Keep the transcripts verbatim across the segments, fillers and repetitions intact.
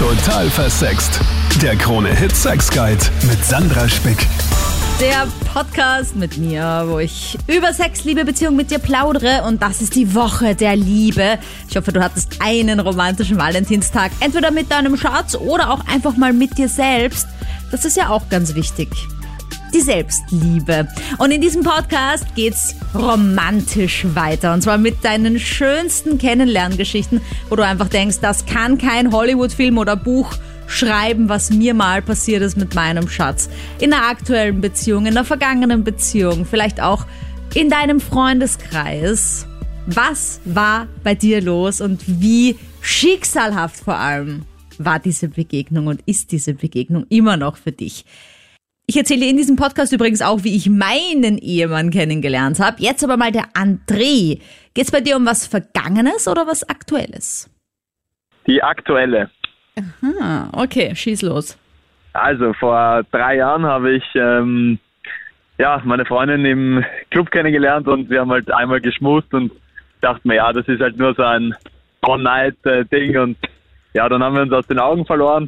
Total versext. Der Krone-Hit Sex Guide mit Sandra Spick. Der Podcast mit mir, wo ich über Sex, Liebe, Beziehung mit dir plaudere. Und das ist die Woche der Liebe. Ich hoffe, du hattest einen romantischen Valentinstag. Entweder mit deinem Schatz oder auch einfach mal mit dir selbst. Das ist ja auch ganz wichtig. Die Selbstliebe. Und in diesem Podcast geht's romantisch weiter. Und zwar mit deinen schönsten Kennenlerngeschichten, wo du einfach denkst, das kann kein Hollywood-Film oder Buch schreiben, was mir mal passiert ist mit meinem Schatz. In einer aktuellen Beziehung, in einer vergangenen Beziehung, vielleicht auch in deinem Freundeskreis. Was war bei dir los und wie schicksalhaft vor allem war diese Begegnung und ist diese Begegnung immer noch für dich? Ich erzähle in diesem Podcast übrigens auch, wie ich meinen Ehemann kennengelernt habe. Jetzt aber mal der André. Geht's bei dir um was Vergangenes oder was Aktuelles? Die aktuelle. Aha, okay, schieß los. Also vor drei Jahren habe ich ähm, ja, meine Freundin im Club kennengelernt und wir haben halt einmal geschmust und dachten mir, ja, das ist halt nur so ein One-Night-Ding und ja, dann haben wir uns aus den Augen verloren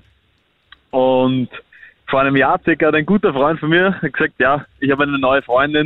und vor einem Jahr circa hat ein guter Freund von mir gesagt, ja, ich habe eine neue Freundin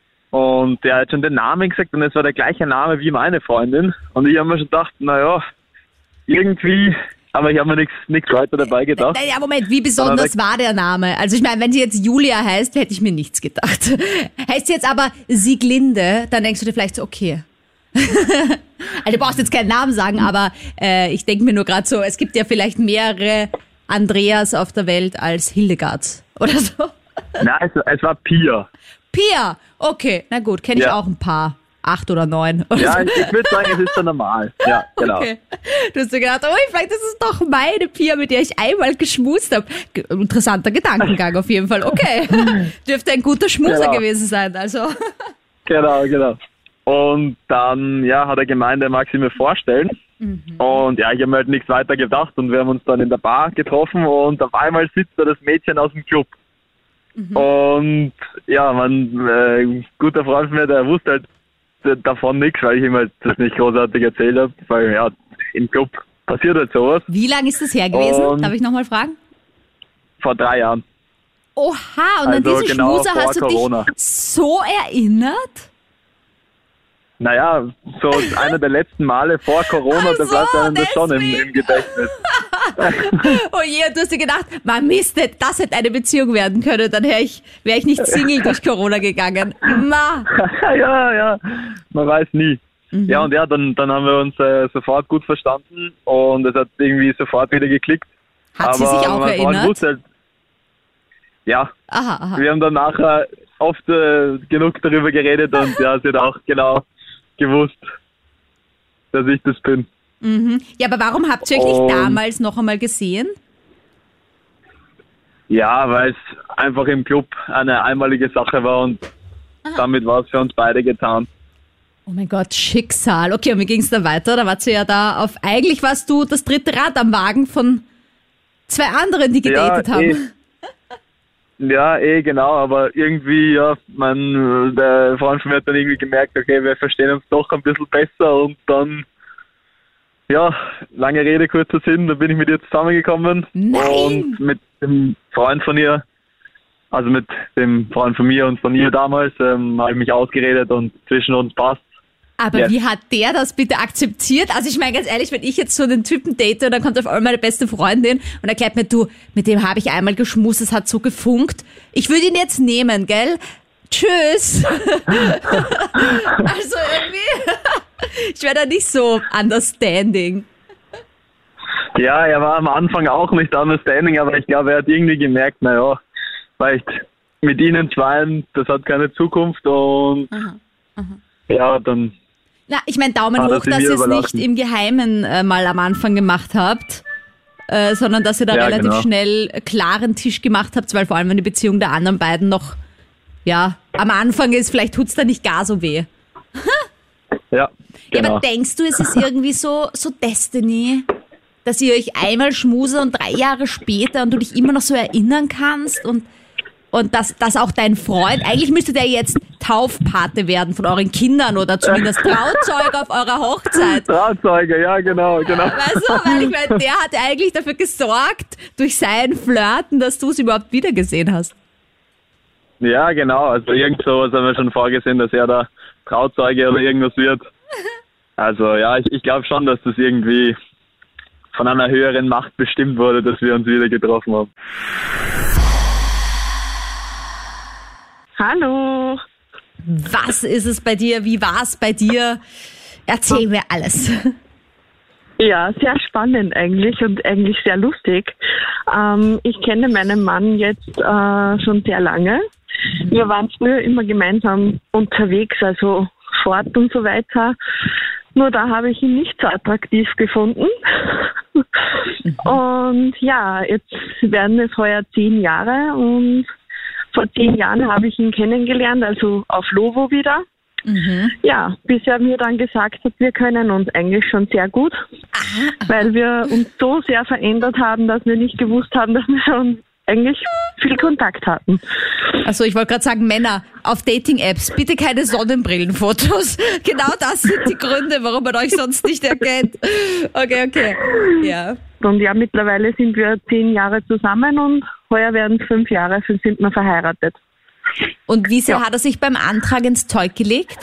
und der hat schon den Namen gesagt und es war der gleiche Name wie meine Freundin und ich habe mir schon gedacht, naja, irgendwie, aber ich habe mir nichts nichts weiter dabei gedacht. Ja, Moment, wie besonders war der Name? Also ich meine, wenn sie jetzt Julia heißt, hätte ich mir nichts gedacht. Heißt sie jetzt aber Sieglinde, dann denkst du dir vielleicht so, okay. Also du brauchst jetzt keinen Namen sagen, aber äh, ich denke mir nur gerade so, es gibt ja vielleicht mehrere Andreas auf der Welt als Hildegard oder so. Nein, es, es war Pia. Pia, okay, na gut, kenne ich ja auch ein paar. Acht oder neun. Oder ja, so. ich, ich würde sagen, es ist so normal. Ja, genau. Okay. Du hast dir gedacht, oh, vielleicht ist es doch meine Pia, mit der ich einmal geschmust habe. G- interessanter Gedankengang auf jeden Fall. Okay, dürfte ein guter Schmuser genau. gewesen sein. Also. Genau, genau. Und dann, ja, hat er gemeint, er mag sie mir vorstellen. Mhm. Und ja, ich habe mir halt nichts weiter gedacht und wir haben uns dann in der Bar getroffen und auf einmal sitzt da das Mädchen aus dem Club. Mhm. Und ja, mein äh, guter Freund von mir, der wusste halt davon nichts, weil ich ihm halt das nicht großartig erzählt habe, weil ja, im Club passiert halt sowas. Wie lange ist das her gewesen? Und Darf ich nochmal fragen? Vor drei Jahren. Oha, und also an diesen genau Schmuser hast du Corona. dich so erinnert? Naja, so einer der letzten Male vor Corona, Ach da so, bleibt einem das schon im, deswegen. im Gedächtnis. Oh je, du hast dir gedacht, man Mist, das hätte eine Beziehung werden können, dann wäre ich, wär ich nicht Single durch Corona gegangen. Ma. ja, ja, man weiß nie. Mhm. Ja, und ja, dann, dann haben wir uns äh, sofort gut verstanden und es hat irgendwie sofort wieder geklickt. Hat Aber sie sich auch mein Freund erinnert? wusste halt, ja, Aha, aha. wir haben dann nachher oft äh, genug darüber geredet und ja, sie hat auch genau gewusst, dass ich das bin. Mhm. Ja, aber warum habt ihr euch Und- nicht damals noch einmal gesehen? Ja, weil es einfach im Club eine einmalige Sache war und damit war es für uns beide getan. Oh mein Gott, Schicksal. Okay, und wie ging es dann weiter? Da warst du ja da auf, eigentlich warst du das dritte Rad am Wagen von zwei anderen, die gedatet ja, haben. Eh, ja, eh, genau, aber irgendwie, ja, mein, der Freund von mir hat dann irgendwie gemerkt, okay, wir verstehen uns doch ein bisschen besser und dann, ja, lange Rede, kurzer Sinn, da bin ich mit ihr zusammengekommen. Nein! Und mit dem Freund von ihr, also mit dem Freund von mir und von ihr damals, ähm, habe ich mich ausgeredet und zwischen uns passt. Aber Yes. wie hat der das bitte akzeptiert? Also ich meine ganz ehrlich, wenn ich jetzt so einen Typen date und dann kommt auf einmal meine beste Freundin und erklärt mir, du, mit dem habe ich einmal geschmust, es hat so gefunkt. Ich würde ihn jetzt nehmen, gell? Tschüss. Also irgendwie, ich wäre da nicht so understanding. Ja, er war am Anfang auch nicht understanding, aber ich glaube, er hat irgendwie gemerkt, naja, vielleicht mit ihnen zweien, das hat keine Zukunft und Aha, aha. ja, dann... Na, ich meine, Daumen Ah, hoch, dass sie dass mir ihr es nicht überlassen. im Geheimen äh, mal am Anfang gemacht habt, äh, sondern dass ihr da Ja, relativ genau. schnell klaren Tisch gemacht habt, weil vor allem, wenn die Beziehung der anderen beiden noch, ja, am Anfang ist, vielleicht tut's da nicht gar so weh. Ja, Ja, genau. aber denkst du, es ist irgendwie so, so Destiny, dass ihr euch einmal schmuse und drei Jahre später und du dich immer noch so erinnern kannst und und dass, dass auch dein Freund, eigentlich müsste der jetzt Taufpate werden von euren Kindern oder zumindest Trauzeuge auf eurer Hochzeit. Trauzeuge, ja, genau, genau. Weißt du, weil ich meine, der hat eigentlich dafür gesorgt, durch sein Flirten, dass du es überhaupt wiedergesehen hast. Ja, genau, also irgend sowas haben wir schon vorgesehen, dass er da Trauzeuge oder irgendwas wird. Also ja, ich, ich glaube schon, dass das irgendwie von einer höheren Macht bestimmt wurde, dass wir uns wieder getroffen haben. Hallo. Was ist es bei dir? Wie war es bei dir? Erzähl mir alles. Ja, sehr spannend eigentlich und eigentlich sehr lustig. Ähm, ich kenne meinen Mann jetzt äh, schon sehr lange. Wir waren früher immer gemeinsam unterwegs, also fort und so weiter. Nur da habe ich ihn nicht so attraktiv gefunden. Mhm. Und ja, jetzt werden es heuer zehn Jahre und vor zehn Jahren habe ich ihn kennengelernt, also auf Lovo wieder. Mhm. Ja, bis er mir dann gesagt hat, wir können uns eigentlich schon sehr gut, aha, weil wir uns so sehr verändert haben, dass wir nicht gewusst haben, dass wir schon eigentlich viel Kontakt hatten. Also ich wollte gerade sagen, Männer auf Dating-Apps, bitte keine Sonnenbrillenfotos. Genau das sind die Gründe, warum man euch sonst nicht erkennt. Okay, okay. Ja. Und ja, mittlerweile sind wir zehn Jahre zusammen und heuer werden es fünf Jahre, sind wir verheiratet. Und wie sehr ja. hat er sich beim Antrag ins Zeug gelegt?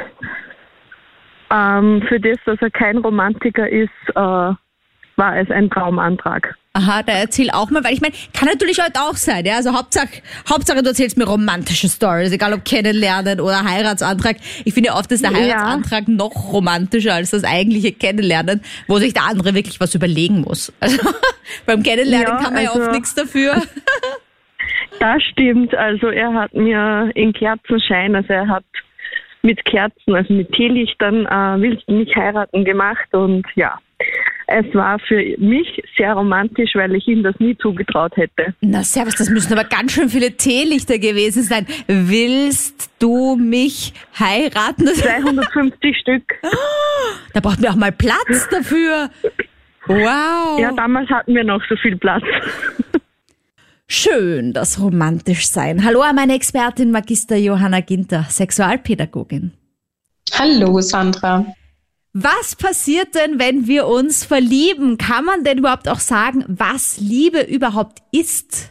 Ähm, für das, dass er kein Romantiker ist, äh, war es ein Traumantrag. Aha, da erzähl auch mal, weil ich meine, kann natürlich heute auch sein, ja, also Hauptsache, Hauptsache du erzählst mir romantische Stories, egal ob Kennenlernen oder Heiratsantrag. Ich finde oft ist der Heiratsantrag ja. noch romantischer als das eigentliche Kennenlernen, wo sich der andere wirklich was überlegen muss. Also beim Kennenlernen ja, kann man also, ja oft nichts dafür. Das stimmt, also er hat mir in Kerzenschein, also er hat mit Kerzen, also mit Teelichtern, äh, willst du mich heiraten gemacht und ja. Es war für mich sehr romantisch, weil ich ihm das nie zugetraut hätte. Na servus, das müssen aber ganz schön viele Teelichter gewesen sein. Willst du mich heiraten? zweihundertfünfzig Stück. Da braucht man auch mal Platz dafür. Wow. Ja, damals hatten wir noch so viel Platz. Schön, das romantisch sein. Hallo an meine Expertin Magister Johanna Ginter, Sexualpädagogin. Hallo Sandra. Was passiert denn, wenn wir uns verlieben? Kann man denn überhaupt auch sagen, was Liebe überhaupt ist?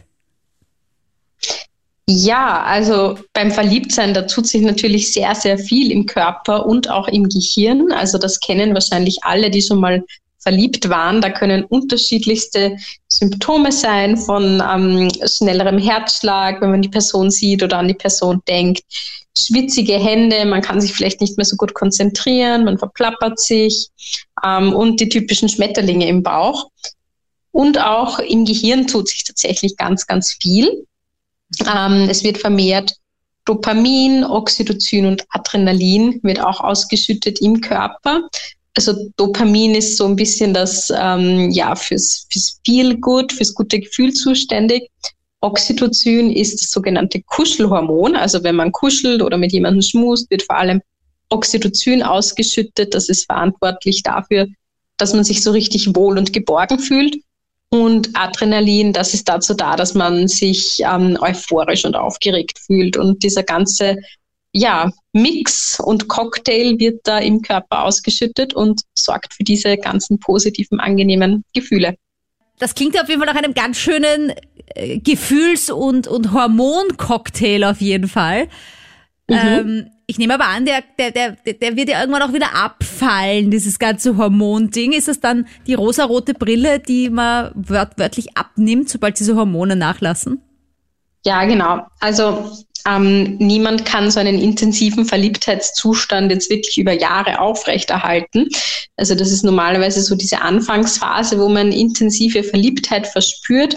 Ja, also beim Verliebtsein, da tut sich natürlich sehr, sehr viel im Körper und auch im Gehirn. Also das kennen wahrscheinlich alle, die schon mal verliebt waren. Da können unterschiedlichste Symptome sein von ähm, schnellerem Herzschlag, wenn man die Person sieht oder an die Person denkt. Schwitzige Hände, man kann sich vielleicht nicht mehr so gut konzentrieren, man verplappert sich ähm, und die typischen Schmetterlinge im Bauch. Und auch im Gehirn tut sich tatsächlich ganz, ganz viel. Ähm, es wird vermehrt Dopamin, Oxytocin und Adrenalin wird auch ausgeschüttet im Körper. Also Dopamin ist so ein bisschen das ähm, ja fürs, fürs Feel-Good, fürs gute Gefühl zuständig. Oxytocin ist das sogenannte Kuschelhormon. Also wenn man kuschelt oder mit jemandem schmust, wird vor allem Oxytocin ausgeschüttet. Das ist verantwortlich dafür, dass man sich so richtig wohl und geborgen fühlt. Und Adrenalin, das ist dazu da, dass man sich ähm, euphorisch und aufgeregt fühlt. Und dieser ganze ja, Mix und Cocktail wird da im Körper ausgeschüttet und sorgt für diese ganzen positiven, angenehmen Gefühle. Das klingt auf jeden Fall nach einem ganz schönen äh, Gefühls- und, und Hormoncocktail auf jeden Fall. Mhm. Ähm, ich nehme aber an, der, der, der, der wird ja irgendwann auch wieder abfallen, dieses ganze Hormonding. Ist das dann die rosarote Brille, die man wört- wörtlich abnimmt, sobald diese Hormone nachlassen? Ja, genau. Also ähm, niemand kann so einen intensiven Verliebtheitszustand jetzt wirklich über Jahre aufrechterhalten. Also das ist normalerweise so diese Anfangsphase, wo man intensive Verliebtheit verspürt.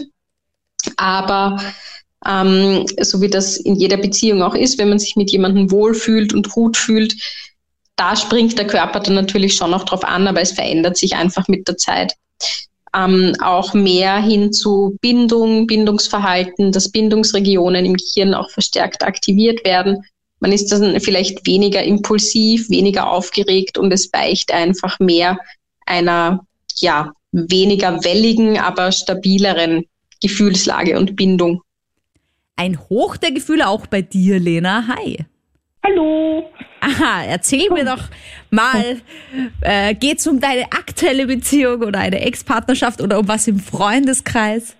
Aber ähm, so wie das in jeder Beziehung auch ist, wenn man sich mit jemandem wohlfühlt und gut fühlt, da springt der Körper dann natürlich schon noch drauf an, aber es verändert sich einfach mit der Zeit. Ähm, auch mehr hin zu Bindung, Bindungsverhalten, dass Bindungsregionen im Gehirn auch verstärkt aktiviert werden. Man ist dann vielleicht weniger impulsiv, weniger aufgeregt und es weicht einfach mehr einer ja weniger welligen, aber stabileren Gefühlslage und Bindung. Ein Hoch der Gefühle auch bei dir, Lena. Hi. Hallo. Aha, erzähl mir doch mal, äh, geht's um deine aktuelle Beziehung oder eine Ex-Partnerschaft oder um was im Freundeskreis?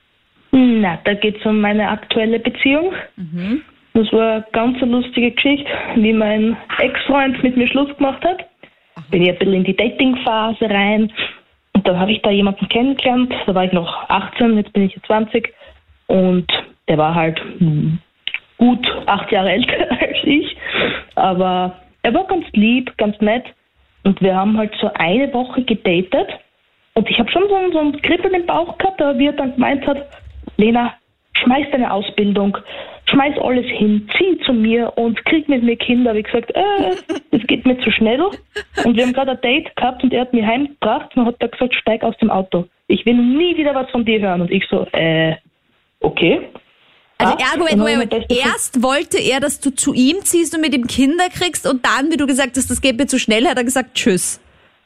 Na, da geht's um meine aktuelle Beziehung. Mhm. Das war eine ganz lustige Geschichte, wie mein Ex-Freund mit mir Schluss gemacht hat. Bin ich ein bisschen in die Dating-Phase rein und dann habe ich da jemanden kennengelernt. Da war ich noch achtzehn, jetzt bin ich zwanzig und der war halt hm, gut acht Jahre älter als ich, aber er war ganz lieb, ganz nett und wir haben halt so eine Woche gedatet und ich habe schon so, ein- so ein Kribbeln im Bauch gehabt, aber wie er dann gemeint hat, Lena, schmeiß deine Ausbildung, schmeiß alles hin, zieh zu mir und krieg mit mir Kinder. Habe ich gesagt, äh, das geht mir zu schnell. Und wir haben gerade ein Date gehabt und er hat mich heimgebracht und hat da gesagt, steig aus dem Auto. Ich will nie wieder was von dir hören. Und ich so, äh, okay. Also Ja, ergo, dann haben wir Moment, das Beste- erst wollte er, dass du zu ihm ziehst und mit ihm Kinder kriegst und dann, wie du gesagt hast, das geht mir zu schnell, hat er gesagt, tschüss.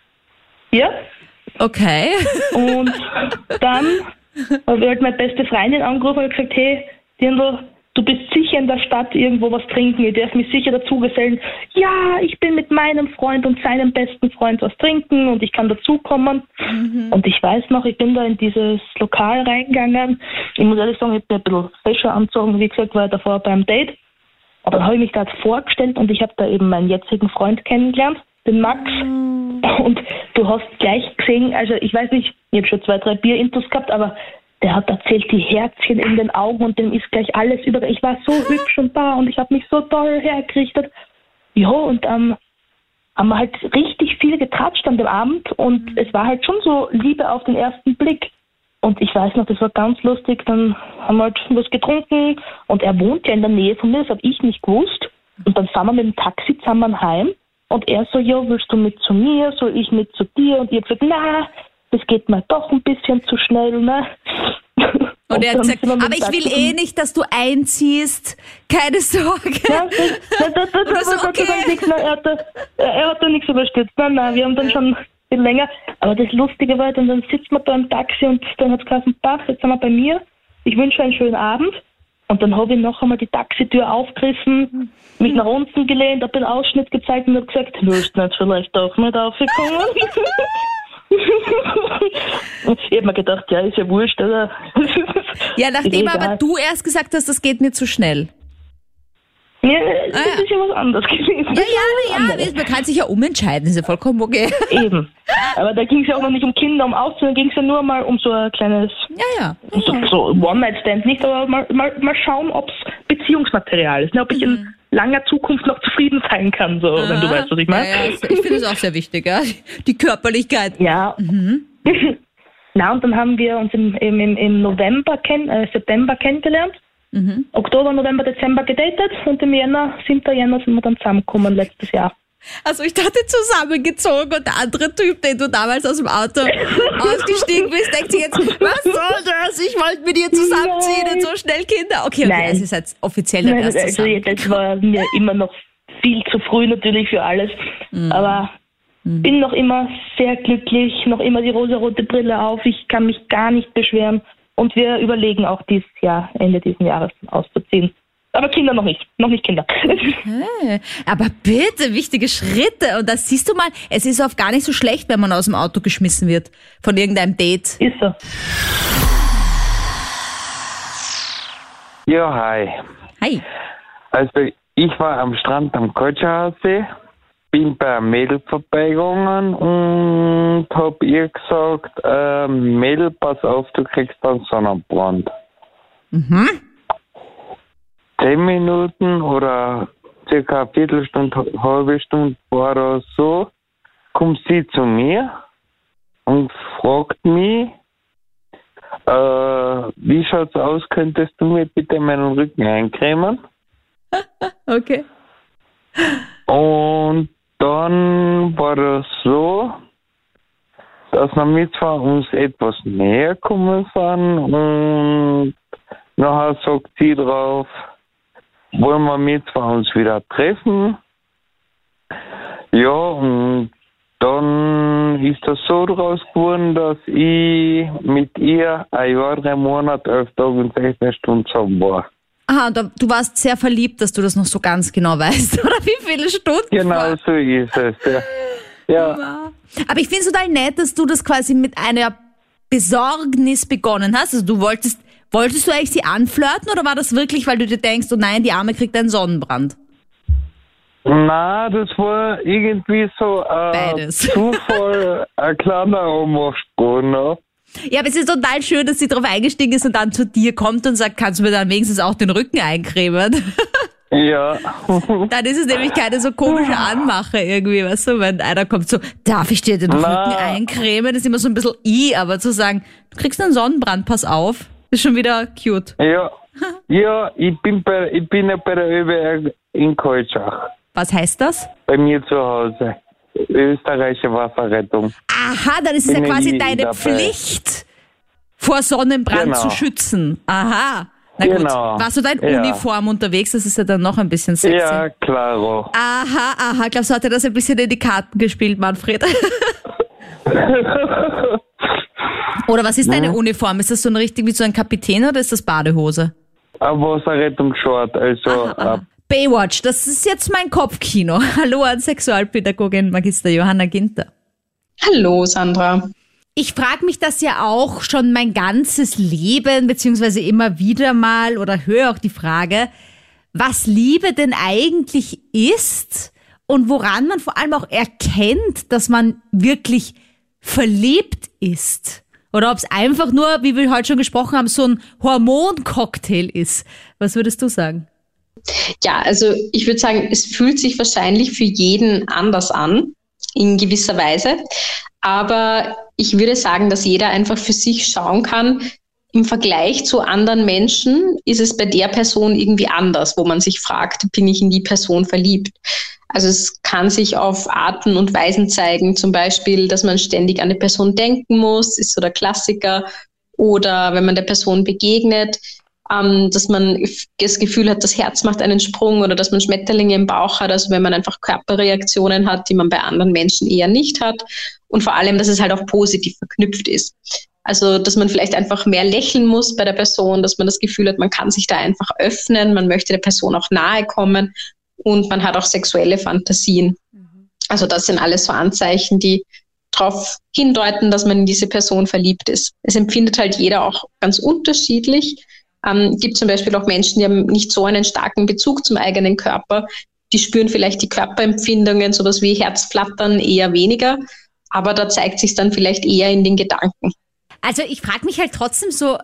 Ja, Okay. und dann habe ich halt meine beste Freundin angerufen und gesagt, hey, Dirndl, du bist sicher in der Stadt irgendwo was trinken, ich darf mich sicher dazugesellen. Ja, ich bin mit meinem Freund und seinem besten Freund was trinken und ich kann dazukommen. Und ich weiß noch, ich bin da in dieses Lokal reingegangen. Ich muss ehrlich sagen, ich bin ein bisschen frischer angezogen, wie gesagt, war ich davor beim Date. Aber dann habe ich mich da vorgestellt und ich habe da eben meinen jetzigen Freund kennengelernt, den Max. Und du hast gleich gesehen, also ich weiß nicht, ich habe schon zwei, drei Bier-Intos gehabt, aber der hat erzählt, die Herzchen in den Augen und dem ist gleich alles über. Ich war so hübsch und da und ich habe mich so toll hergerichtet. Ja, und ähm, haben wir halt richtig viel getratscht an dem Abend und es war halt schon so Liebe auf den ersten Blick. Und ich weiß noch, das war ganz lustig, dann haben wir halt was getrunken und er wohnt ja in der Nähe von mir, das habe ich nicht gewusst. Und dann fahren wir mit dem Taxi zusammen heim und er so, ja, willst du mit zu mir, soll ich mit zu dir? Und ich habe gesagt, na, das geht mir doch ein bisschen zu schnell, ne? Und er hat dann gesagt, sind wir mit aber dem ich will Taxi- eh nicht, dass du einziehst. Keine Sorge. Ja, das, das, das, das, Das ist das, das, okay. das nichts, er, hat da, er hat da nichts überstürzt. Nein, nein, wir haben dann schon viel länger. Aber das Lustige war, dann, dann sitzen wir da im Taxi und dann hat es gesagt, passt, jetzt sind wir bei mir. Ich wünsche einen schönen Abend. Und dann habe ich noch einmal die Taxitür aufgerissen, mich nach unten gelehnt, habe den Ausschnitt gezeigt und habe gesagt, willst du nicht vielleicht doch mit aufgekommen? Ich habe mir gedacht, ja, ist ja wurscht, oder? Ja, nachdem Ist aber egal. du erst gesagt hast, das geht mir zu schnell. Ja, das Ah, ja. ist ja was anderes gewesen. Ja, ja, ja, ja, man kann sich ja umentscheiden, ist ja vollkommen okay. Eben. Aber da ging es ja auch noch nicht um Kinder, um Ausziehen, da ging es ja nur mal um so ein kleines, Ja, ja. so, so One-Night-Stand, nicht, aber mal, mal, mal schauen, ob es Beziehungsmaterial ist, ne? Ob ich in langer Zukunft noch zufrieden sein kann, so, wenn du weißt, was ich meine. Ja, ja, ich finde es auch sehr wichtig, ja. Die Körperlichkeit. Ja. Na, und dann haben wir uns im, im, im- im November, kenn, äh, September kennengelernt. Mhm. Oktober, November, Dezember gedatet und im Jänner, siebten Jänner sind wir dann zusammengekommen letztes Jahr. Also ich dachte zusammengezogen und der andere Typ, den du damals aus dem Auto ausgestiegen bist, denkt sich jetzt, was soll das? Ich wollte mit dir zusammenziehen und so schnell Kinder. Okay, okay, Nein. also ihr seid offiziell dann Nein, erst also zusammen. das war mir immer noch viel zu früh natürlich für alles. Aber bin noch immer sehr glücklich, noch immer die rosarote Brille auf. Ich kann mich gar nicht beschweren. Und wir überlegen auch dieses Jahr, Ende dieses Jahres auszuziehen. Aber Kinder noch nicht. Noch nicht Kinder. Hey, aber bitte, wichtige Schritte. Und das siehst du mal, es ist oft gar nicht so schlecht, wenn man aus dem Auto geschmissen wird von irgendeinem Date. Ist so. Ja, hi. Hi. Also ich war am Strand am Kolscharsee, bin bei einem Mädel vorbeigegangen und hab ihr gesagt, äh, Mädel, pass auf, du kriegst einen Sonnenbrand. Mhm. Zehn Minuten oder circa eine Viertelstunde, halbe Stunde war das so, kommt sie zu mir und fragt mich, äh, wie schaut's aus, könntest du mir bitte meinen Rücken eincremen? Okay. Und dann war das so, dass wir zwar uns etwas näher kommen sind und nachher sagt sie drauf, wollen wir mit zwar uns wieder treffen. Ja, und dann ist das so draus geworden, dass ich mit ihr ein Jahr, drei Monate, elf Tage und sechzehn Stunden zusammen war. Aha, und du warst sehr verliebt, dass du das noch so ganz genau weißt, oder wie viele Stunden? Genau so ist es, ja. Ja. Aber ich finde es total nett, dass du das quasi mit einer Besorgnis begonnen hast. Also du wolltest, wolltest du eigentlich sie anflirten oder war das wirklich, weil du dir denkst, oh nein, die Arme kriegt einen Sonnenbrand? Na, das war irgendwie so äh, Beides. Zufall, ein kleiner Anmachspruch, ne? Ja, aber es ist total schön, dass sie drauf eingestiegen ist und dann zu dir kommt und sagt, kannst du mir dann wenigstens auch den Rücken eincremen? Ja. Dann ist es nämlich keine so komische Anmache irgendwie, weißt du, wenn einer kommt so, darf ich dir den Na. Rücken eincremen? Das ist immer so ein bisschen i, aber zu sagen, du kriegst einen Sonnenbrand, pass auf, ist schon wieder cute. Ja. Ja, ich bin bei, ich bin ja bei der ÖBR in Kolschach. Was heißt das? Bei mir zu Hause. Österreichische Wasserrettung. Aha, dann ist es ja Bin quasi ich deine dabei. Pflicht, vor Sonnenbrand Genau. zu schützen. Aha. Na gut, Genau. warst du da in Ja. Uniform unterwegs? Das ist ja dann noch ein bisschen sexy. Ja, klaro. Aha, aha. Glaubst du, hat er das ein bisschen in die Karten gespielt, Manfred? Oder was ist deine Uniform? Ist das so ein richtig wie so ein Kapitän oder ist das Badehose? Ein Wasserrettungsshort, also Aha. Baywatch, das ist jetzt mein Kopfkino. Hallo an Sexualpädagogin Magister Johanna Ginter. Hallo, Sandra. Ich frage mich das ja auch schon mein ganzes Leben, beziehungsweise immer wieder mal oder höre auch die Frage, was Liebe denn eigentlich ist und woran man vor allem auch erkennt, dass man wirklich verliebt ist. Oder ob es einfach nur, wie wir heute schon gesprochen haben, so ein Hormoncocktail ist. Was würdest du sagen? Ja, also ich würde sagen, es fühlt sich wahrscheinlich für jeden anders an, in gewisser Weise. Aber ich würde sagen, dass jeder einfach für sich schauen kann, im Vergleich zu anderen Menschen ist es bei der Person irgendwie anders, wo man sich fragt, bin ich in die Person verliebt? Also es kann sich auf Arten und Weisen zeigen, zum Beispiel, dass man ständig an die Person denken muss, ist so der Klassiker. Oder wenn man der Person begegnet, ähm, dass man das Gefühl hat, das Herz macht einen Sprung oder dass man Schmetterlinge im Bauch hat, also wenn man einfach Körperreaktionen hat, die man bei anderen Menschen eher nicht hat. Und vor allem, dass es halt auch positiv verknüpft ist. Also, dass man vielleicht einfach mehr lächeln muss bei der Person, dass man das Gefühl hat, man kann sich da einfach öffnen, man möchte der Person auch nahe kommen und man hat auch sexuelle Fantasien. Mhm. Also das sind alles so Anzeichen, die darauf hindeuten, dass man in diese Person verliebt ist. Es empfindet halt jeder auch ganz unterschiedlich. Ähm, gibt zum Beispiel auch Menschen, die haben nicht so einen starken Bezug zum eigenen Körper. Die spüren vielleicht die Körperempfindungen, sowas wie Herzflattern eher weniger. Aber da zeigt sich dann vielleicht eher in den Gedanken. Also ich frage mich halt trotzdem so,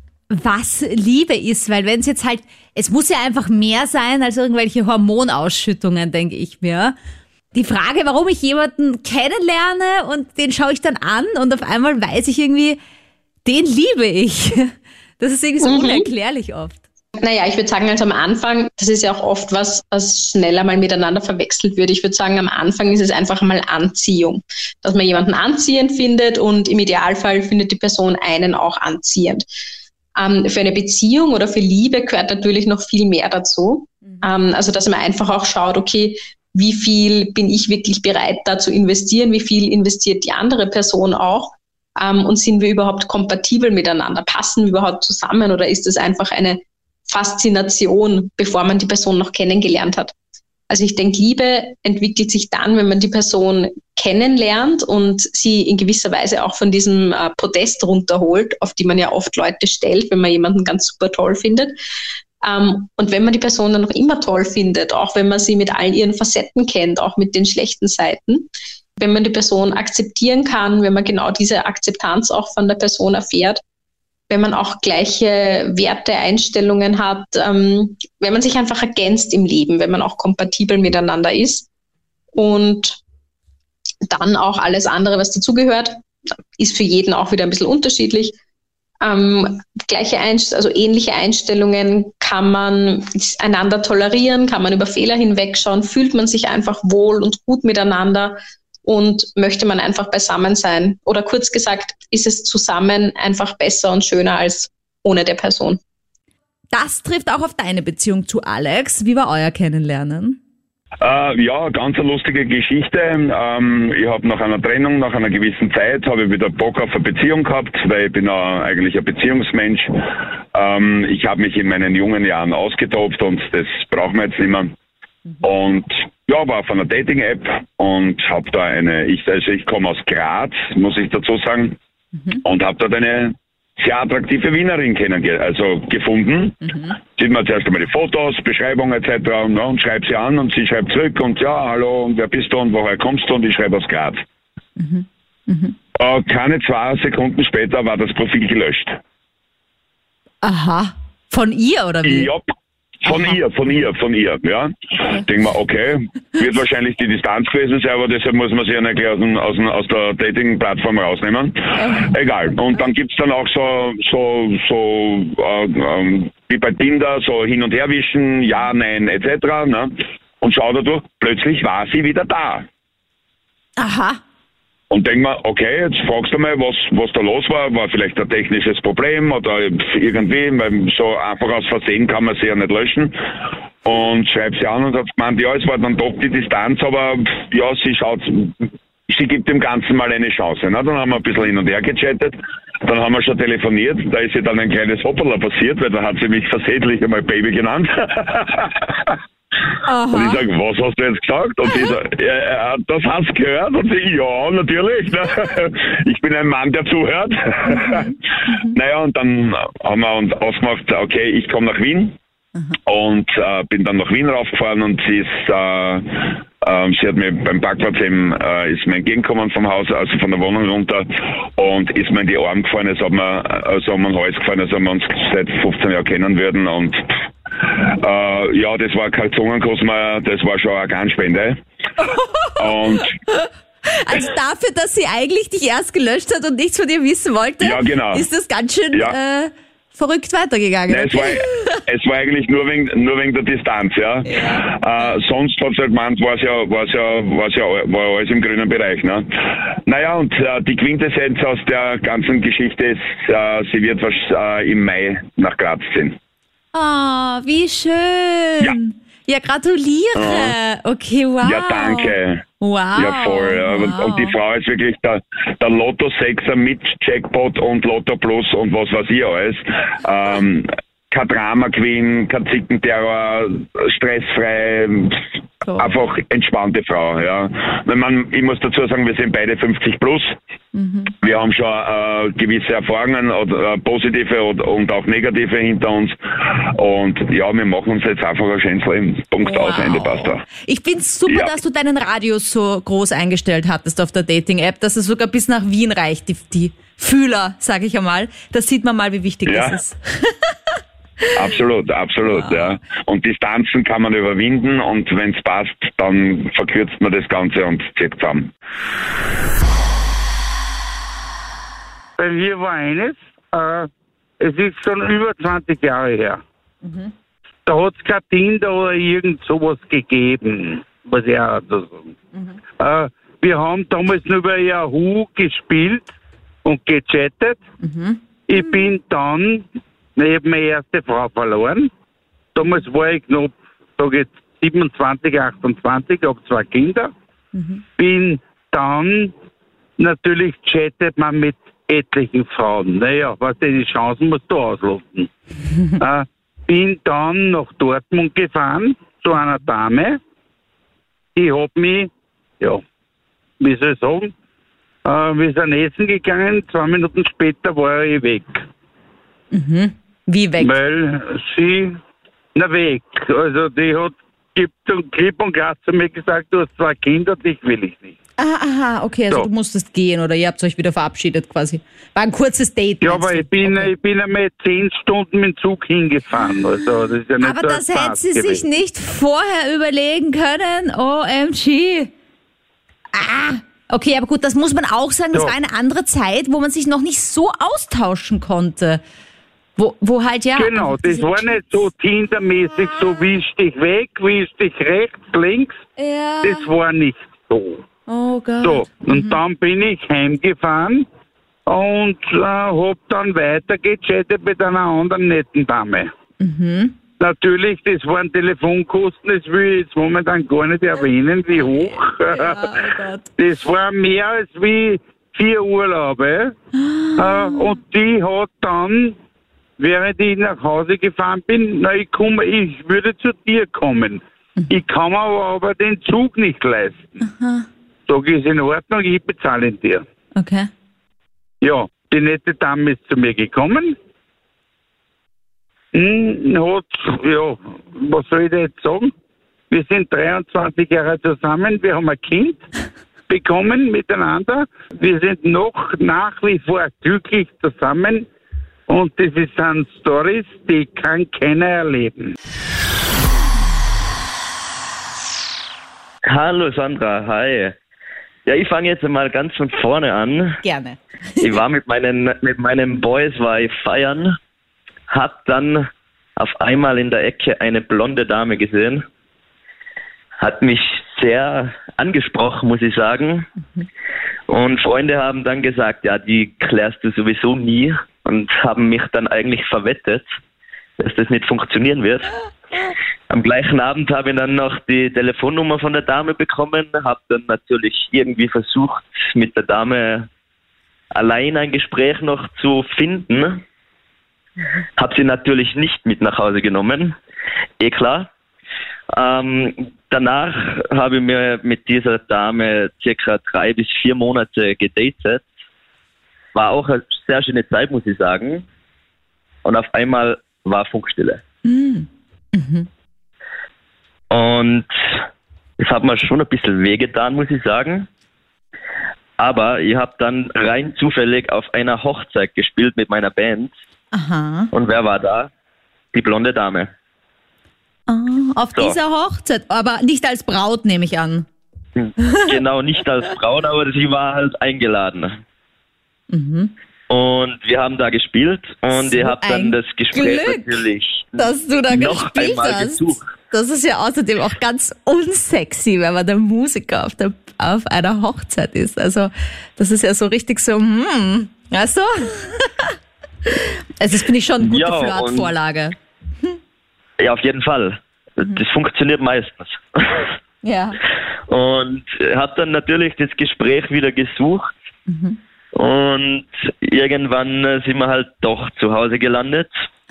was Liebe ist, weil wenn es jetzt halt, es muss ja einfach mehr sein als irgendwelche Hormonausschüttungen, denke ich mir. Die Frage, warum ich jemanden kennenlerne und den schaue ich dann an und auf einmal weiß ich irgendwie, den liebe ich. Das ist irgendwie so Mhm. unerklärlich oft. Naja, ich würde sagen, also am Anfang, das ist ja auch oft was, was schneller mal miteinander verwechselt wird. Ich würde sagen, am Anfang ist es einfach mal Anziehung. Dass man jemanden anziehend findet und im Idealfall findet die Person einen auch anziehend. Ähm, für eine Beziehung oder für Liebe gehört natürlich noch viel mehr dazu. Mhm. Ähm, also, dass man einfach auch schaut, okay, wie viel bin ich wirklich bereit, da zu investieren? Wie viel investiert die andere Person auch? Ähm, und sind wir überhaupt kompatibel miteinander? Passen wir überhaupt zusammen oder ist es einfach eine Faszination, bevor man die Person noch kennengelernt hat? Also ich denke, Liebe entwickelt sich dann, wenn man die Person kennenlernt und sie in gewisser Weise auch von diesem äh, Podest runterholt, auf die man ja oft Leute stellt, wenn man jemanden ganz super toll findet. Ähm, und wenn man die Person dann noch immer toll findet, auch wenn man sie mit all ihren Facetten kennt, auch mit den schlechten Seiten, wenn man die Person akzeptieren kann, wenn man genau diese Akzeptanz auch von der Person erfährt, wenn man auch gleiche Werte, Einstellungen hat, ähm, wenn man sich einfach ergänzt im Leben, wenn man auch kompatibel miteinander ist und dann auch alles andere, was dazugehört, ist für jeden auch wieder ein bisschen unterschiedlich. Ähm, gleiche Einst- also ähnliche Einstellungen kann man einander tolerieren, kann man über Fehler hinwegschauen, fühlt man sich einfach wohl und gut miteinander und möchte man einfach beisammen sein. Oder kurz gesagt, ist es zusammen einfach besser und schöner als ohne der Person. Das trifft auch auf deine Beziehung zu Alex. Wie war euer Kennenlernen? Äh, ja, ganz eine lustige Geschichte. Ähm, ich habe nach einer Trennung, nach einer gewissen Zeit, habe ich wieder Bock auf eine Beziehung gehabt, weil ich bin auch eigentlich ein Beziehungsmensch. Ähm, ich habe mich in meinen jungen Jahren ausgetobt und das brauchen wir jetzt nicht mehr. Mhm. Und ja, war auf einer Dating-App und habe da eine, ich, also ich komme aus Graz, muss ich dazu sagen, mhm. und habe dort eine sehr attraktive Wienerin kennenge- also gefunden. Mhm. Sieht man zuerst einmal die Fotos, Beschreibung et cetera. Und, und schreibt sie an und sie schreibt zurück und ja, hallo, und wer bist du und woher kommst du? Und ich schreibe aus Graz. Mhm. Mhm. Äh, keine zwei Sekunden später war das Profil gelöscht. Aha. Von ihr oder wie? Ja, von Aha. ihr, von ihr, von ihr, ja. Okay. Denken wir, okay, wird wahrscheinlich die Distanz gewesen sein, aber deshalb muss man sich ja nicht aus, aus, aus der Dating-Plattform rausnehmen. Okay. Egal. Und dann gibt's dann auch so, so, so, äh, äh, wie bei Tinder, so hin und her wischen, ja, nein, et cetera. Ne? Und schau dadurch, plötzlich war sie wieder da. Aha. Und denk mal, okay, jetzt fragst du mal, was, was da los war. War vielleicht ein technisches Problem oder irgendwie, weil so einfach aus Versehen kann man sie ja nicht löschen. Und schreibt sie an und hat gemeint, ja, es war dann doch die Distanz, aber ja, sie schaut, sie gibt dem Ganzen mal eine Chance. Ne? Dann haben wir ein bisschen hin und her gechattet, dann haben wir schon telefoniert, da ist ihr dann ein kleines Hoppala passiert, weil da hat sie mich versehentlich einmal Baby genannt. Aha. Und ich sage, was hast du jetzt gesagt? Und sie sagt, ja, das hast du gehört? Und ich, ja, natürlich. Ich bin ein Mann, der zuhört. Mhm. Naja, und dann haben wir uns ausgemacht, okay, ich komme nach Wien. Mhm. Und äh, bin dann nach Wien raufgefahren und sie ist, äh, äh, sie hat mir beim Parkplatz eben, äh, ist mir entgegengekommen vom Haus, also von der Wohnung runter und ist mir in die Arme gefallen, als ob wir, also um den Hals gefallen, als ob wir uns seit fünfzehn Jahren kennen würden und Äh, ja, das war kein Zungenkuss mehr, das war schon eine Organspende. Und also dafür, dass sie eigentlich dich erst gelöscht hat und nichts von dir wissen wollte, ja, genau. ist das ganz schön ja. äh, verrückt weitergegangen. Nein, es, war, es war eigentlich nur wegen, nur wegen der Distanz, ja. ja. Äh, sonst hat sie halt gemeint, war es ja, war's ja, war's ja war alles im grünen Bereich. Ne? Naja, und äh, die Quintessenz aus der ganzen Geschichte ist, äh, sie wird was, äh, im Mai nach Graz ziehen. Oh, wie schön. Ja, ja gratuliere. Oh. Okay, wow. Ja, danke. Wow. Ja, voll. Wow. Und die Frau ist wirklich der, der Lotto-Sechser mit Jackpot und Lotto Plus und was weiß ich alles. Ähm, kein Drama-Queen, kein Zickenterror, stressfrei, cool. Einfach entspannte Frau, ja. Wenn man, ich muss dazu sagen, wir sind beide fünfzig plus. Mhm. Wir haben schon äh, gewisse Erfahrungen, äh, positive und, und auch negative hinter uns. Und ja, wir machen uns jetzt einfach ein schönes Leben. Punkt, wow. Aus, Ende, passt da. Ich find's super, ja. dass du deinen Radius so groß eingestellt hattest auf der Dating-App, dass es sogar bis nach Wien reicht, die, die Fühler, sage ich einmal. Da sieht man mal, wie wichtig ja. das ist. Absolut, absolut, wow. ja. Und Distanzen kann man überwinden und wenn es passt, dann verkürzt man das Ganze und zieht zusammen. Bei mir war eines, äh, es ist schon über zwanzig Jahre her. Mhm. Da hat es kein Tinder oder irgend sowas gegeben, was ich auch da sagen. Mhm. Äh, wir haben damals nur über Yahoo gespielt und gechattet. Mhm. Ich bin dann, ich habe meine erste Frau verloren. Damals war ich knapp, sage jetzt siebenundzwanzig, achtundzwanzig, habe zwei Kinder. Mhm. Bin dann, natürlich chattet man mit etlichen Frauen. Naja, was denn die Chancen musst du ausloten. äh, bin dann nach Dortmund gefahren zu einer Dame. Die hat mich, ja, wie soll ich sagen, äh, wir sind essen gegangen, zwei Minuten später war ich weg. Mhm. Wie weg? Weil sie, na weg. Also die hat klipp und klar zu mir gesagt, du hast zwei Kinder, dich will ich nicht. Ah, aha, okay, also so. Du musstest gehen oder ihr habt euch wieder verabschiedet quasi. War ein kurzes Date. Ja, aber ich bin, okay. ich bin einmal zehn Stunden mit dem Zug hingefahren. Also das ist ja nicht aber so das hätte sie gewesen. sich nicht vorher überlegen können. O M G. Ah, okay, aber gut, das muss man auch sagen, das so. War eine andere Zeit, wo man sich noch nicht so austauschen konnte. Wo, wo halt ja... Genau, das war nicht so Tinder-mäßig, ah. so wisch dich weg, wisch dich rechts, links. Ja. Das war nicht so. Oh Gott. So, und mhm. dann bin ich heimgefahren und äh, hab dann weiter gechattet mit einer anderen netten Dame. Mhm. Natürlich, das waren Telefonkosten, das will ich jetzt momentan gar nicht erwähnen, wie hoch. Ja, oh Gott. Das war mehr als wie vier Urlaube. äh, und die hat dann, während ich nach Hause gefahren bin, na, ich komme, ich würde zu dir kommen. Mhm. Ich kann mir aber, aber den Zug nicht leisten. Aha. Sag ich, ist in Ordnung, ich bezahle ihn dir. Okay. Ja, die nette Dame ist zu mir gekommen. Hm, hat, ja, was soll ich da jetzt sagen? Wir sind dreiundzwanzig Jahre zusammen, wir haben ein Kind bekommen miteinander. Wir sind noch nach wie vor glücklich zusammen und das sind Storys, die kann keiner erleben. Hallo Sandra, hi. Ja, ich fange jetzt mal ganz von vorne an. Gerne. Ich war mit meinen mit meinen Boys war ich feiern, hab dann auf einmal in der Ecke eine blonde Dame gesehen. Hat mich sehr angesprochen, muss ich sagen. Mhm. Und Freunde haben dann gesagt, ja, die klärst du sowieso nie und haben mich dann eigentlich verwettet, dass das nicht funktionieren wird. Am gleichen Abend habe ich dann noch die Telefonnummer von der Dame bekommen, habe dann natürlich irgendwie versucht, mit der Dame allein ein Gespräch noch zu finden. Habe sie natürlich nicht mit nach Hause genommen, eh klar. Ähm, danach habe ich mir mit dieser Dame circa drei bis vier Monate gedatet. War auch eine sehr schöne Zeit, muss ich sagen. Und auf einmal war Funkstille. Mhm. Mhm. Und es hat mir schon ein bisschen wehgetan, muss ich sagen. Aber ich habe dann rein zufällig auf einer Hochzeit gespielt mit meiner Band. Aha. Und wer war da? Die blonde Dame. Ah, auf So. dieser Hochzeit, aber nicht als Braut, nehme ich an. Genau, nicht als Braut, aber sie war halt eingeladen. Mhm. Und wir haben da gespielt und So ich habe dann ein das Gespräch Glück, natürlich dass du da noch gespielt einmal hast. gesucht. Das ist ja außerdem auch ganz unsexy, wenn man der Musiker auf, der, auf einer Hochzeit ist. Also das ist ja so richtig so, hm, weißt du? Also das finde ich schon eine gute Ja, Flirtvorlage. Ja, auf jeden Fall. Das funktioniert meistens. Ja. Und habe dann natürlich das Gespräch wieder gesucht. Mhm. Und irgendwann äh, sind wir halt doch zu Hause gelandet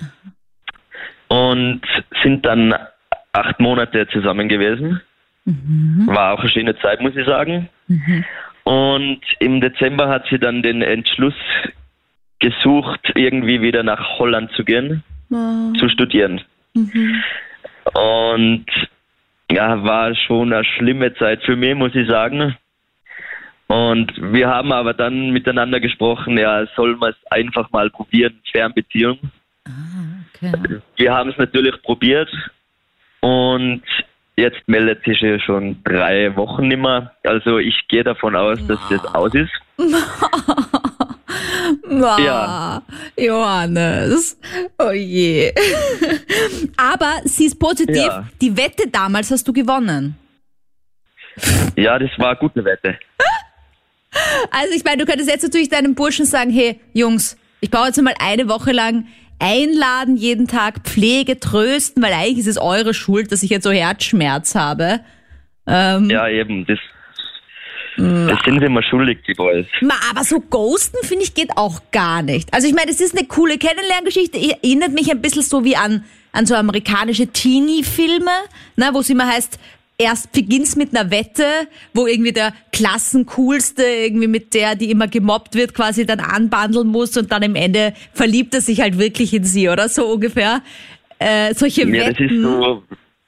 und sind dann acht Monate zusammen gewesen. Mhm. War auch eine schöne Zeit, muss ich sagen. Mhm. Und im Dezember hat sie dann den Entschluss gesucht, irgendwie wieder nach Holland zu gehen, Oh. zu studieren. Mhm. Und ja, war schon eine schlimme Zeit für mich, muss ich sagen. Und wir haben aber dann miteinander gesprochen, ja, soll man es einfach mal probieren, Fernbeziehung. Ah, okay. Wir haben es natürlich probiert und jetzt meldet sich ja schon drei Wochen nicht mehr. Also ich gehe davon aus, dass das aus ist. Ma, Ja. Johannes, oh je. Aber sie ist positiv, Ja. die Wette damals hast du gewonnen. Ja, das war eine gute Wette. Also ich meine, du könntest jetzt natürlich deinem Burschen sagen, hey Jungs, ich brauche jetzt mal eine Woche lang einladen, jeden Tag Pflege, trösten, weil eigentlich ist es eure Schuld, dass ich jetzt so Herzschmerz habe. Ähm, Ja, eben, das, das sind sie immer schuldig, die Boys. Ma, aber so ghosten, finde ich, geht auch gar nicht. Also ich meine, es ist eine coole Kennenlerngeschichte, erinnert mich ein bisschen so wie an, an so amerikanische Teenie-Filme, ne, wo es immer heißt, erst beginnt's mit einer Wette, wo irgendwie der Klassencoolste irgendwie mit der, die immer gemobbt wird, quasi dann anbandeln muss und dann am Ende verliebt er sich halt wirklich in sie, oder? So ungefähr. Äh, solche Ja, das Wetten. ist so.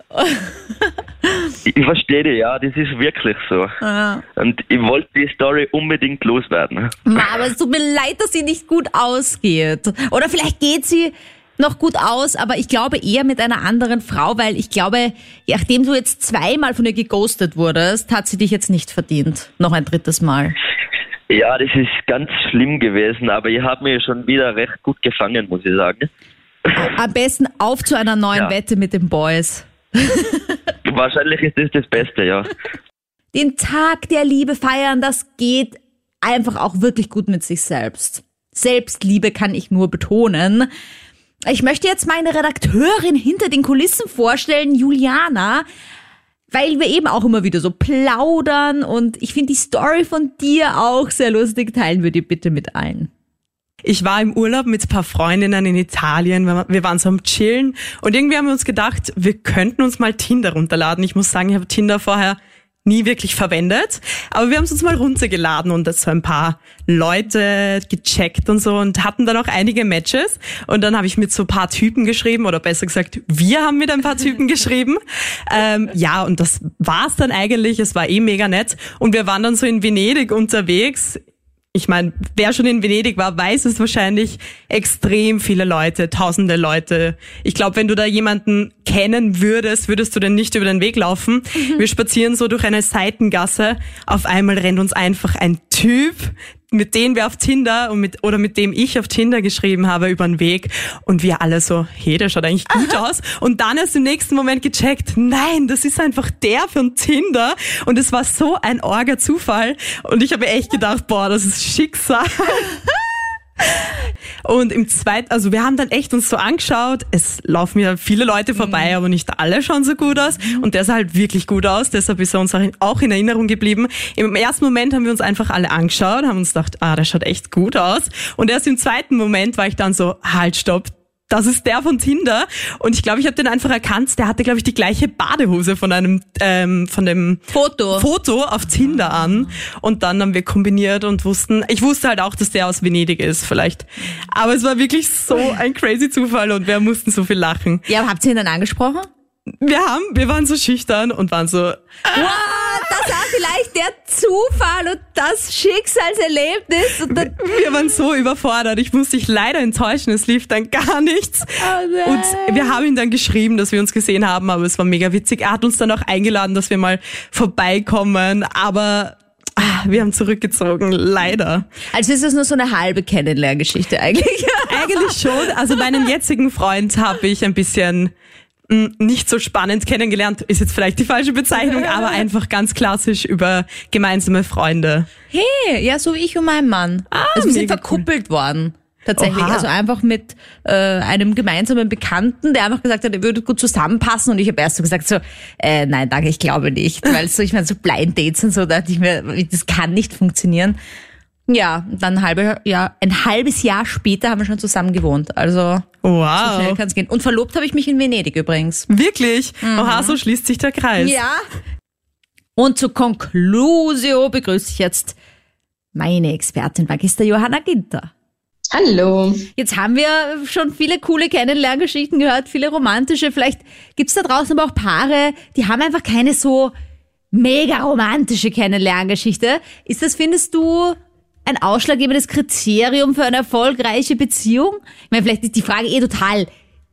Ich ich verstehe dich, ja, das ist wirklich so. Ja. Und ich wollte die Story unbedingt loswerden. Ma, aber es tut mir leid, dass sie nicht gut ausgeht. Oder vielleicht geht sie noch gut aus, aber ich glaube eher mit einer anderen Frau, weil ich glaube, nachdem du jetzt zweimal von ihr geghostet wurdest, hat sie dich jetzt nicht verdient. Noch ein drittes Mal. Ja, das ist ganz schlimm gewesen, aber ich habe mir schon wieder recht gut gefangen, muss ich sagen. Am besten auf zu einer neuen Ja. Wette mit den Boys. Wahrscheinlich ist das das Beste, ja. Den Tag der Liebe feiern, das geht einfach auch wirklich gut mit sich selbst. Selbstliebe kann ich nur betonen. Ich möchte jetzt meine Redakteurin hinter den Kulissen vorstellen, Juliana, weil wir eben auch immer wieder so plaudern und ich finde die Story von dir auch sehr lustig. Teilen wir die bitte mit allen. Ich war im Urlaub mit ein paar Freundinnen in Italien. Wir waren so am Chillen und irgendwie haben wir uns gedacht, wir könnten uns mal Tinder runterladen. Ich muss sagen, ich habe Tinder vorher nie wirklich verwendet, aber wir haben es uns mal runtergeladen und so ein paar Leute gecheckt und so und hatten dann auch einige Matches und dann habe ich mit so ein paar Typen geschrieben oder besser gesagt, wir haben mit ein paar Typen geschrieben. Ähm, ja, und das war's dann eigentlich, es war eh mega nett und wir waren dann so in Venedig unterwegs. Ich meine, wer schon in Venedig war, weiß es wahrscheinlich, extrem viele Leute, tausende Leute. Ich glaube, wenn du da jemanden kennen würdest, würdest du denn nicht über den Weg laufen. Mhm. Wir spazieren so durch eine Seitengasse. Auf einmal rennt uns einfach ein Typ, mit dem wir auf Tinder und mit, oder mit dem ich auf Tinder geschrieben habe, über den Weg. Und wir alle so, hey, der schaut eigentlich gut aus. Und dann erst im nächsten Moment gecheckt, nein, das ist einfach der von Tinder. Und es war so ein orger Zufall. Und ich habe echt gedacht, boah, das ist Schicksal. Und im zweiten, also wir haben dann echt uns so angeschaut, es laufen ja viele Leute vorbei, mhm. aber nicht alle schauen so gut aus und der sah halt wirklich gut aus, deshalb ist er uns auch in Erinnerung geblieben. Im ersten Moment haben wir uns einfach alle angeschaut, haben uns gedacht, ah, der schaut echt gut aus und erst im zweiten Moment war ich dann so, halt, stopp, das ist der von Tinder und ich glaube, ich habe den einfach erkannt, der hatte, glaube ich, die gleiche Badehose von einem ähm, von dem Foto Foto auf Tinder an und dann haben wir kombiniert und wussten, ich wusste halt auch, dass der aus Venedig ist vielleicht, aber es war wirklich so ein crazy Zufall und wir mussten so viel lachen. Ja, aber habt ihr ihn dann angesprochen? Wir haben, wir waren so schüchtern und waren so, wow, das war vielleicht der Zufall und das Schicksalserlebnis. Und dann wir waren so überfordert. Ich musste dich leider enttäuschen, es lief dann gar nichts. Oh und wir haben ihn dann geschrieben, dass wir uns gesehen haben, aber es war mega witzig. Er hat uns dann auch eingeladen, dass wir mal vorbeikommen, aber ah, wir haben zurückgezogen, leider. Also ist das nur so eine halbe Kennenlerngeschichte eigentlich? Eigentlich schon. Also meinen jetzigen Freund habe ich ein bisschen nicht so spannend kennengelernt, ist jetzt vielleicht die falsche Bezeichnung, aber einfach ganz klassisch über gemeinsame Freunde. Hey, ja, so wie ich und mein Mann. Ah, also wir sind verkuppelt cool. worden. Tatsächlich, Oha. Also einfach mit äh, einem gemeinsamen Bekannten, der einfach gesagt hat, er würde gut zusammenpassen und ich habe erst so gesagt so, äh, nein, danke, ich glaube nicht, weil so, ich meine, so Blind Dates und so, da dachte ich mir, das kann nicht funktionieren. Ja, dann ein, halbe, ja, ein halbes Jahr später haben wir schon zusammen gewohnt. Also wow. So schnell kann es gehen. Und verlobt habe ich mich in Venedig übrigens. Wirklich? Mhm. Oha, so schließt sich der Kreis. Ja. Und zur Conclusio begrüße ich jetzt meine Expertin Magister Johanna Ginter. Hallo. Jetzt haben wir schon viele coole Kennenlerngeschichten gehört, viele romantische. Vielleicht gibt's da draußen aber auch Paare, die haben einfach keine so mega romantische Kennenlerngeschichte. Ist das, findest du, ein ausschlaggebendes Kriterium für eine erfolgreiche Beziehung? Ich meine, vielleicht ist die Frage eh total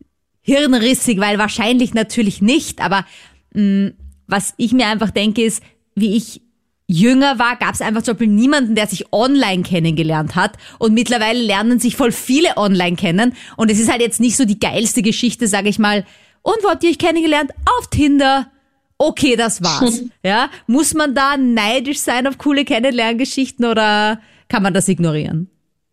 hirnrissig, weil wahrscheinlich natürlich nicht, aber mh, was ich mir einfach denke ist, wie ich jünger war, gab es einfach zum Beispiel niemanden, der sich online kennengelernt hat und mittlerweile lernen sich voll viele online kennen und es ist halt jetzt nicht so die geilste Geschichte, sage ich mal, und wo habt ihr euch kennengelernt? Auf Tinder. Okay, das war's. Ja, muss man da neidisch sein auf coole Kennenlerngeschichten oder kann man das ignorieren?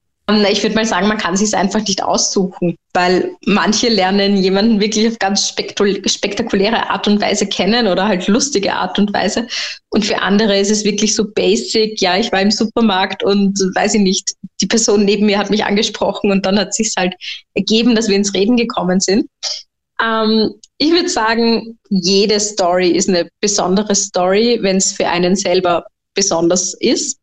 Ich würde mal sagen, man kann sich es einfach nicht aussuchen, weil manche lernen jemanden wirklich auf ganz spektakuläre Art und Weise kennen oder halt lustige Art und Weise. Und für andere ist es wirklich so basic. Ja, ich war im Supermarkt und weiß ich nicht, die Person neben mir hat mich angesprochen und dann hat es sich halt ergeben, dass wir ins Reden gekommen sind. Ähm, ich würde sagen, jede Story ist eine besondere Story, wenn es für einen selber besonders ist.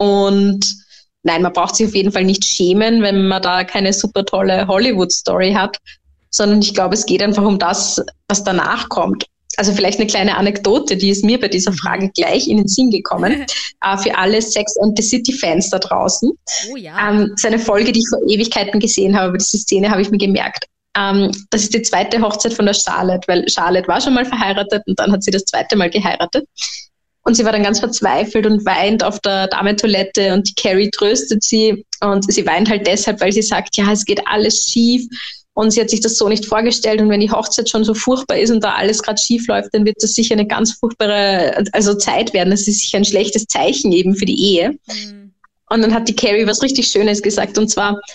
Und nein, man braucht sich auf jeden Fall nicht schämen, wenn man da keine super tolle Hollywood-Story hat, sondern ich glaube, es geht einfach um das, was danach kommt. Also vielleicht eine kleine Anekdote, die ist mir bei dieser Frage gleich in den Sinn gekommen, äh, für alle Sex and the City-Fans da draußen. Oh ja. Ähm, das ist eine Folge, die ich vor Ewigkeiten gesehen habe, aber diese Szene habe ich mir gemerkt. Ähm, das ist die zweite Hochzeit von der Charlotte, weil Charlotte war schon mal verheiratet und dann hat sie das zweite Mal geheiratet. Und sie war dann ganz verzweifelt und weint auf der Damentoilette und die Carrie tröstet sie und sie weint halt deshalb, weil sie sagt, ja, es geht alles schief und sie hat sich das so nicht vorgestellt und wenn die Hochzeit schon so furchtbar ist und da alles gerade schief läuft, dann wird das sicher eine ganz furchtbare also Zeit werden. Das ist sicher ein schlechtes Zeichen eben für die Ehe. Mhm. Und dann hat die Carrie was richtig Schönes gesagt und zwar,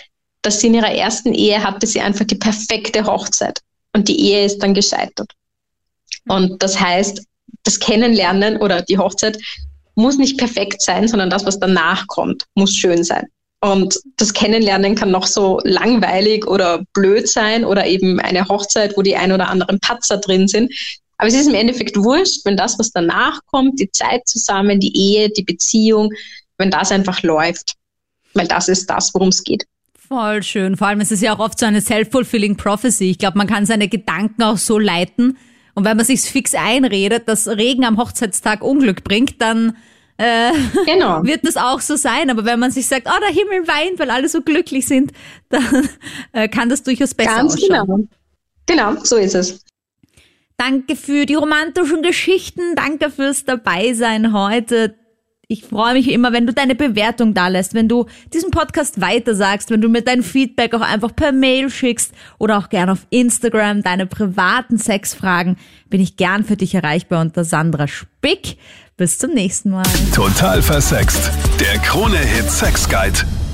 dass sie in ihrer ersten Ehe hatte sie einfach die perfekte Hochzeit und die Ehe ist dann gescheitert. Und das heißt, das Kennenlernen oder die Hochzeit muss nicht perfekt sein, sondern das, was danach kommt, muss schön sein. Und das Kennenlernen kann noch so langweilig oder blöd sein oder eben eine Hochzeit, wo die ein oder anderen Patzer drin sind. Aber es ist im Endeffekt wurscht, wenn das, was danach kommt, die Zeit zusammen, die Ehe, die Beziehung, wenn das einfach läuft. Weil das ist das, worum es geht. Voll schön. Vor allem ist es ja auch oft so eine self-fulfilling prophecy. Ich glaube, man kann seine Gedanken auch so leiten. Und wenn man sich's fix einredet, dass Regen am Hochzeitstag Unglück bringt, dann äh, genau. wird das auch so sein. Aber wenn man sich sagt, oh, der Himmel weint, weil alle so glücklich sind, dann äh, kann das durchaus besser Ganz ausschauen. Genau. Genau, so ist es. Danke für die romantischen Geschichten. Danke fürs Dabeisein heute. Ich freue mich immer, wenn du deine Bewertung da lässt, wenn du diesen Podcast weitersagst, wenn du mir dein Feedback auch einfach per Mail schickst oder auch gern auf Instagram deine privaten Sexfragen, bin ich gern für dich erreichbar unter Sandra Spick. Bis zum nächsten Mal. Total versext. Der Krone-Hit Sex Guide.